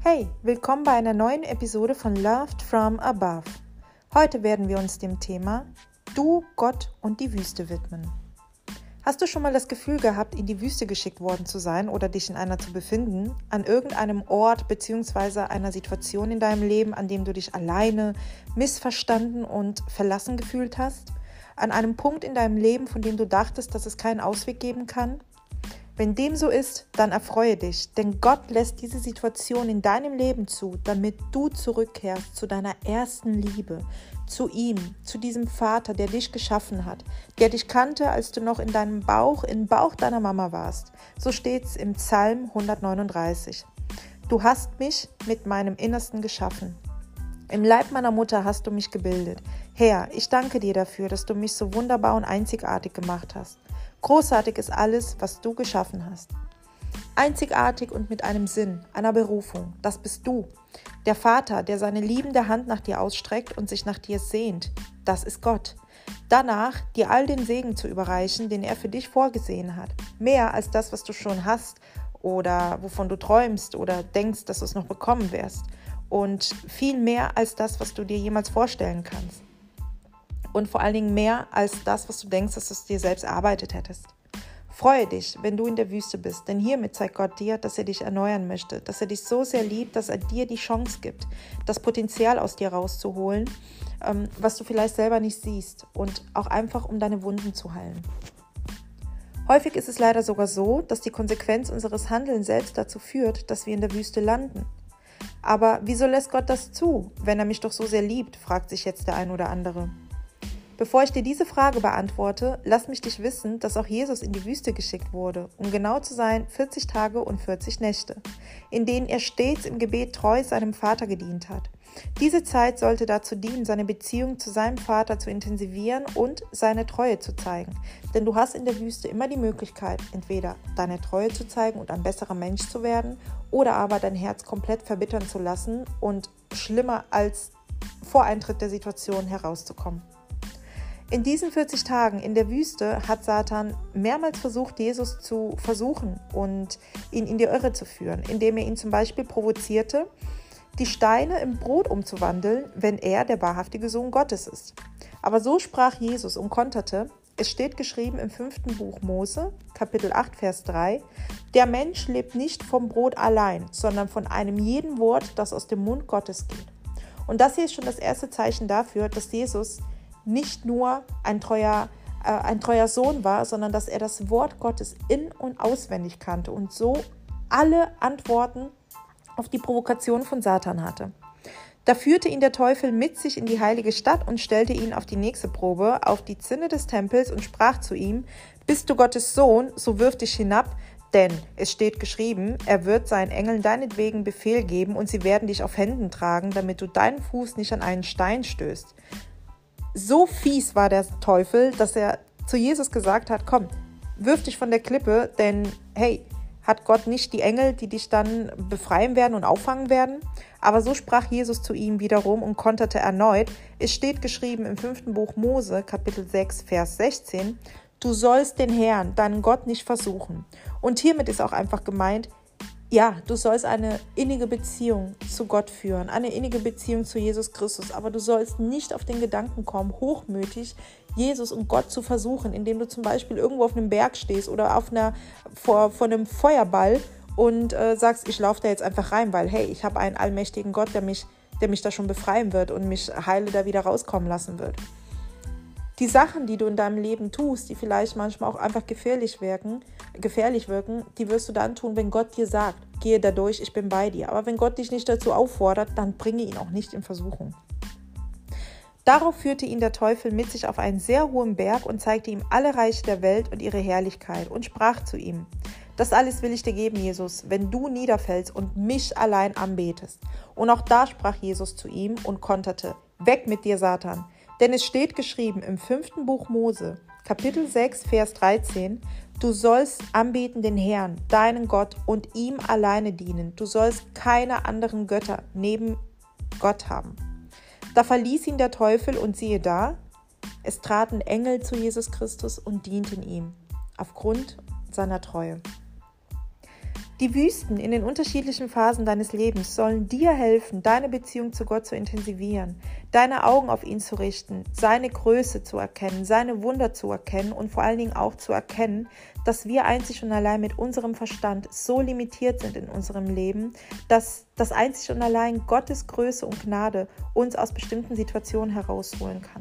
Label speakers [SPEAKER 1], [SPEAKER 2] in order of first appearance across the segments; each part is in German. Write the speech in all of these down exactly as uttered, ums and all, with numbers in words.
[SPEAKER 1] Hey, willkommen bei einer neuen Episode von Loved from Above. Heute werden wir uns dem Thema Du, Gott und die Wüste widmen. Hast du schon mal das Gefühl gehabt, in die Wüste geschickt worden zu sein oder dich in einer zu befinden, an irgendeinem Ort bzw. einer Situation in deinem Leben, an dem du dich alleine, missverstanden und verlassen gefühlt hast? An einem Punkt in deinem Leben, von dem du dachtest, dass es keinen Ausweg geben kann? Wenn dem so ist, dann erfreue dich, denn Gott lässt diese Situation in deinem Leben zu, damit du zurückkehrst zu deiner ersten Liebe, zu ihm, zu diesem Vater, der dich geschaffen hat, der dich kannte, als du noch in deinem Bauch, im Bauch deiner Mama warst. So steht es im Psalm hundertneununddreißig. Du hast mich mit meinem Innersten geschaffen. Im Leib meiner Mutter hast du mich gebildet. Herr, ich danke dir dafür, dass du mich so wunderbar und einzigartig gemacht hast. Großartig ist alles, was du geschaffen hast. Einzigartig und mit einem Sinn, einer Berufung, das bist du. Der Vater, der seine liebende Hand nach dir ausstreckt und sich nach dir sehnt, das ist Gott. Danach, dir all den Segen zu überreichen, den er für dich vorgesehen hat. Mehr als das, was du schon hast oder wovon du träumst oder denkst, dass du es noch bekommen wirst. Und viel mehr als das, was du dir jemals vorstellen kannst. Und vor allen Dingen mehr als das, was du denkst, dass du es dir selbst erarbeitet hättest. Freue dich, wenn du in der Wüste bist, denn hiermit zeigt Gott dir, dass er dich erneuern möchte, dass er dich so sehr liebt, dass er dir die Chance gibt, das Potenzial aus dir rauszuholen, ähm, was du vielleicht selber nicht siehst und auch einfach, um deine Wunden zu heilen. Häufig ist es leider sogar so, dass die Konsequenz unseres Handelns selbst dazu führt, dass wir in der Wüste landen. Aber wieso lässt Gott das zu, wenn er mich doch so sehr liebt, fragt sich jetzt der ein oder andere. Bevor ich dir diese Frage beantworte, lass mich dich wissen, dass auch Jesus in die Wüste geschickt wurde, um genau zu sein vierzig Tage und vierzig Nächte, in denen er stets im Gebet treu seinem Vater gedient hat. Diese Zeit sollte dazu dienen, seine Beziehung zu seinem Vater zu intensivieren und seine Treue zu zeigen. Denn du hast in der Wüste immer die Möglichkeit, entweder deine Treue zu zeigen und ein besserer Mensch zu werden oder aber dein Herz komplett verbittern zu lassen und schlimmer als vor Eintritt der Situation herauszukommen. In diesen vierzig Tagen in der Wüste hat Satan mehrmals versucht, Jesus zu versuchen und ihn in die Irre zu führen, indem er ihn zum Beispiel provozierte, die Steine in Brot umzuwandeln, wenn er der wahrhaftige Sohn Gottes ist. Aber so sprach Jesus und konterte, es steht geschrieben im fünften Buch Mose, Kapitel acht, Vers drei, der Mensch lebt nicht vom Brot allein, sondern von einem jeden Wort, das aus dem Mund Gottes geht. Und das hier ist schon das erste Zeichen dafür, dass Jesus nicht nur ein treuer, äh, ein treuer Sohn war, sondern dass er das Wort Gottes in- und auswendig kannte und so alle Antworten auf die Provokation von Satan hatte. Da führte ihn der Teufel mit sich in die heilige Stadt und stellte ihn auf die nächste Probe, auf die Zinne des Tempels und sprach zu ihm, bist du Gottes Sohn, so wirf dich hinab, denn es steht geschrieben, er wird seinen Engeln deinetwegen Befehl geben und sie werden dich auf Händen tragen, damit du deinen Fuß nicht an einen Stein stößt. So fies war der Teufel, dass er zu Jesus gesagt hat, komm, wirf dich von der Klippe, denn hey, hat Gott nicht die Engel, die dich dann befreien werden und auffangen werden? Aber so sprach Jesus zu ihm wiederum und konterte erneut. Es steht geschrieben im fünften Buch Mose, Kapitel sechs, Vers sechzehn, du sollst den Herrn, deinen Gott, nicht versuchen. Und hiermit ist auch einfach gemeint, ja, du sollst eine innige Beziehung zu Gott führen, eine innige Beziehung zu Jesus Christus, aber du sollst nicht auf den Gedanken kommen, hochmütig Jesus und Gott zu versuchen, indem du zum Beispiel irgendwo auf einem Berg stehst oder auf einer, vor, vor einem Feuerball und äh, sagst, ich laufe da jetzt einfach rein, weil hey, ich habe einen allmächtigen Gott, der mich, der mich da schon befreien wird und mich heile da wieder rauskommen lassen wird. Die Sachen, die du in deinem Leben tust, die vielleicht manchmal auch einfach gefährlich wirken, gefährlich wirken, die wirst du dann tun, wenn Gott dir sagt, gehe da durch, ich bin bei dir. Aber wenn Gott dich nicht dazu auffordert, dann bringe ihn auch nicht in Versuchung. Darauf führte ihn der Teufel mit sich auf einen sehr hohen Berg und zeigte ihm alle Reiche der Welt und ihre Herrlichkeit und sprach zu ihm, das alles will ich dir geben, Jesus, wenn du niederfällst und mich allein anbetest. Und auch da sprach Jesus zu ihm und konterte, weg mit dir, Satan. Denn es steht geschrieben im fünften Buch Mose, Kapitel sechs, Vers dreizehn, du sollst anbeten den Herrn, deinen Gott, und ihm alleine dienen. Du sollst keine anderen Götter neben Gott haben. Da verließ ihn der Teufel und siehe da, es traten Engel zu Jesus Christus und dienten ihm, aufgrund seiner Treue. Die Wüsten in den unterschiedlichen Phasen deines Lebens sollen dir helfen, deine Beziehung zu Gott zu intensivieren, deine Augen auf ihn zu richten, seine Größe zu erkennen, seine Wunder zu erkennen und vor allen Dingen auch zu erkennen, dass wir einzig und allein mit unserem Verstand so limitiert sind in unserem Leben, dass das einzig und allein Gottes Größe und Gnade uns aus bestimmten Situationen herausholen kann.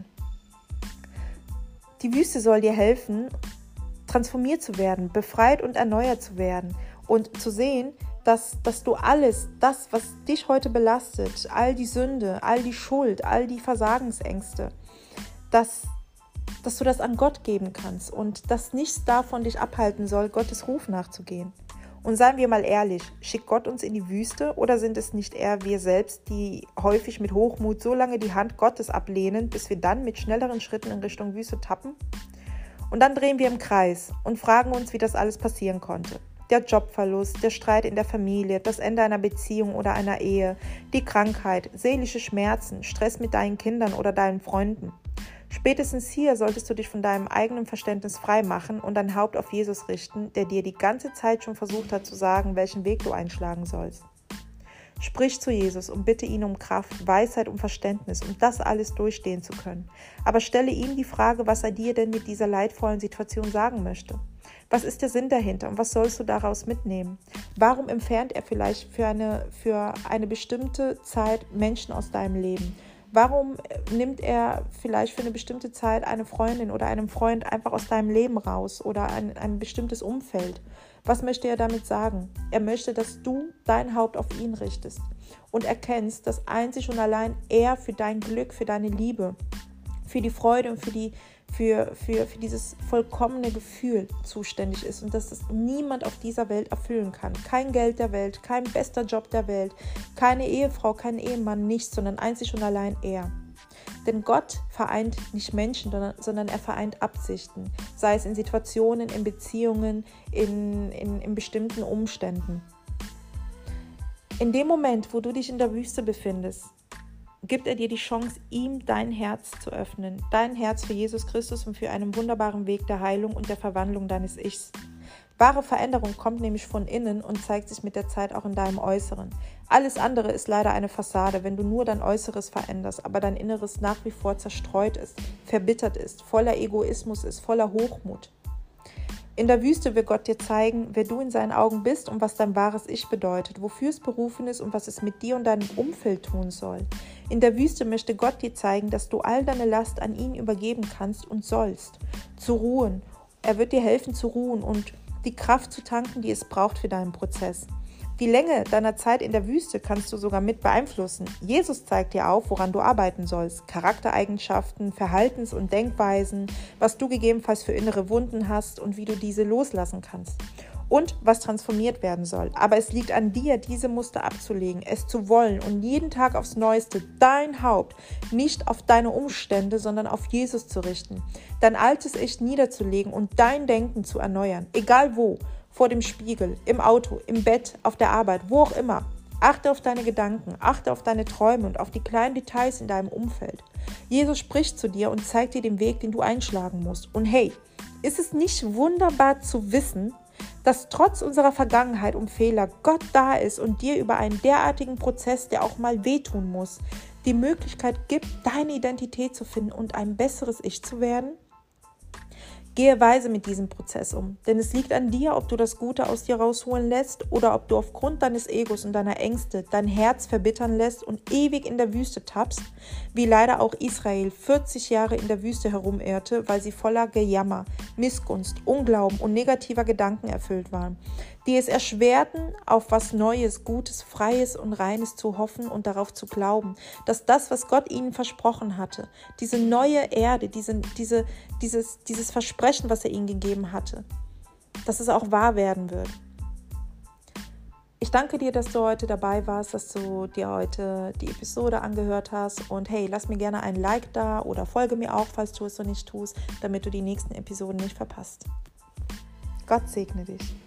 [SPEAKER 1] Die Wüste soll dir helfen, transformiert zu werden, befreit und erneuert zu werden. Und zu sehen, dass, dass du alles, das, was dich heute belastet, all die Sünde, all die Schuld, all die Versagensängste, dass, dass du das an Gott geben kannst und dass nichts davon dich abhalten soll, Gottes Ruf nachzugehen. Und seien wir mal ehrlich, schickt Gott uns in die Wüste oder sind es nicht eher wir selbst, die häufig mit Hochmut so lange die Hand Gottes ablehnen, bis wir dann mit schnelleren Schritten in Richtung Wüste tappen? Und dann drehen wir im Kreis und fragen uns, wie das alles passieren konnte. Der Jobverlust, der Streit in der Familie, das Ende einer Beziehung oder einer Ehe, die Krankheit, seelische Schmerzen, Stress mit deinen Kindern oder deinen Freunden. Spätestens hier solltest du dich von deinem eigenen Verständnis frei machen und dein Haupt auf Jesus richten, der dir die ganze Zeit schon versucht hat zu sagen, welchen Weg du einschlagen sollst. Sprich zu Jesus und bitte ihn um Kraft, Weisheit und Verständnis, um das alles durchstehen zu können. Aber stelle ihm die Frage, was er dir denn mit dieser leidvollen Situation sagen möchte. Was ist der Sinn dahinter und was sollst du daraus mitnehmen? Warum entfernt er vielleicht für eine, für eine bestimmte Zeit Menschen aus deinem Leben? Warum nimmt er vielleicht für eine bestimmte Zeit eine Freundin oder einen Freund einfach aus deinem Leben raus oder ein, ein bestimmtes Umfeld? Was möchte er damit sagen? Er möchte, dass du dein Haupt auf ihn richtest und erkennst, dass einzig und allein er für dein Glück, für deine Liebe, für die Freude und für, die, für, für, für dieses vollkommene Gefühl zuständig ist und dass das niemand auf dieser Welt erfüllen kann. Kein Geld der Welt, kein bester Job der Welt, keine Ehefrau, kein Ehemann, nichts, sondern einzig und allein er. Denn Gott vereint nicht Menschen, sondern er vereint Absichten, sei es in Situationen, in Beziehungen, in, in, in bestimmten Umständen. In dem Moment, wo du dich in der Wüste befindest, gibt er dir die Chance, ihm dein Herz zu öffnen, dein Herz für Jesus Christus und für einen wunderbaren Weg der Heilung und der Verwandlung deines Ichs. Wahre Veränderung kommt nämlich von innen und zeigt sich mit der Zeit auch in deinem Äußeren. Alles andere ist leider eine Fassade, wenn du nur dein Äußeres veränderst, aber dein Inneres nach wie vor zerstreut ist, verbittert ist, voller Egoismus ist, voller Hochmut. In der Wüste wird Gott dir zeigen, wer du in seinen Augen bist und was dein wahres Ich bedeutet, wofür es berufen ist und was es mit dir und deinem Umfeld tun soll. In der Wüste möchte Gott dir zeigen, dass du all deine Last an ihn übergeben kannst und sollst. Zu ruhen. Er wird dir helfen zu ruhen und die Kraft zu tanken, die es braucht für deinen Prozess. Die Länge deiner Zeit in der Wüste kannst du sogar mit beeinflussen. Jesus zeigt dir auf, woran du arbeiten sollst. Charaktereigenschaften, Verhaltens- und Denkweisen, was du gegebenenfalls für innere Wunden hast und wie du diese loslassen kannst. Und was transformiert werden soll. Aber es liegt an dir, diese Muster abzulegen, es zu wollen und jeden Tag aufs Neueste dein Haupt nicht auf deine Umstände, sondern auf Jesus zu richten. Dein altes Ich niederzulegen und dein Denken zu erneuern. Egal wo. Vor dem Spiegel, im Auto, im Bett, auf der Arbeit, wo auch immer. Achte auf deine Gedanken, achte auf deine Träume und auf die kleinen Details in deinem Umfeld. Jesus spricht zu dir und zeigt dir den Weg, den du einschlagen musst. Und hey, ist es nicht wunderbar zu wissen, dass trotz unserer Vergangenheit und Fehler Gott da ist und dir über einen derartigen Prozess, der auch mal wehtun muss, die Möglichkeit gibt, deine Identität zu finden und ein besseres Ich zu werden? Gehe weise mit diesem Prozess um, denn es liegt an dir, ob du das Gute aus dir rausholen lässt oder ob du aufgrund deines Egos und deiner Ängste dein Herz verbittern lässt und ewig in der Wüste tappst, wie leider auch Israel vierzig Jahre in der Wüste herumirrte, weil sie voller Gejammer, Missgunst, Unglauben und negativer Gedanken erfüllt waren, die es erschwerten, auf was Neues, Gutes, Freies und Reines zu hoffen und darauf zu glauben, dass das, was Gott ihnen versprochen hatte, diese neue Erde, diese, diese, dieses, dieses Versprechen, was er ihnen gegeben hatte, dass es auch wahr werden wird. Ich danke dir, dass du heute dabei warst, dass du dir heute die Episode angehört hast und hey, lass mir gerne ein Like da oder folge mir auch, falls du es noch nicht tust, damit du die nächsten Episoden nicht verpasst. Gott segne dich.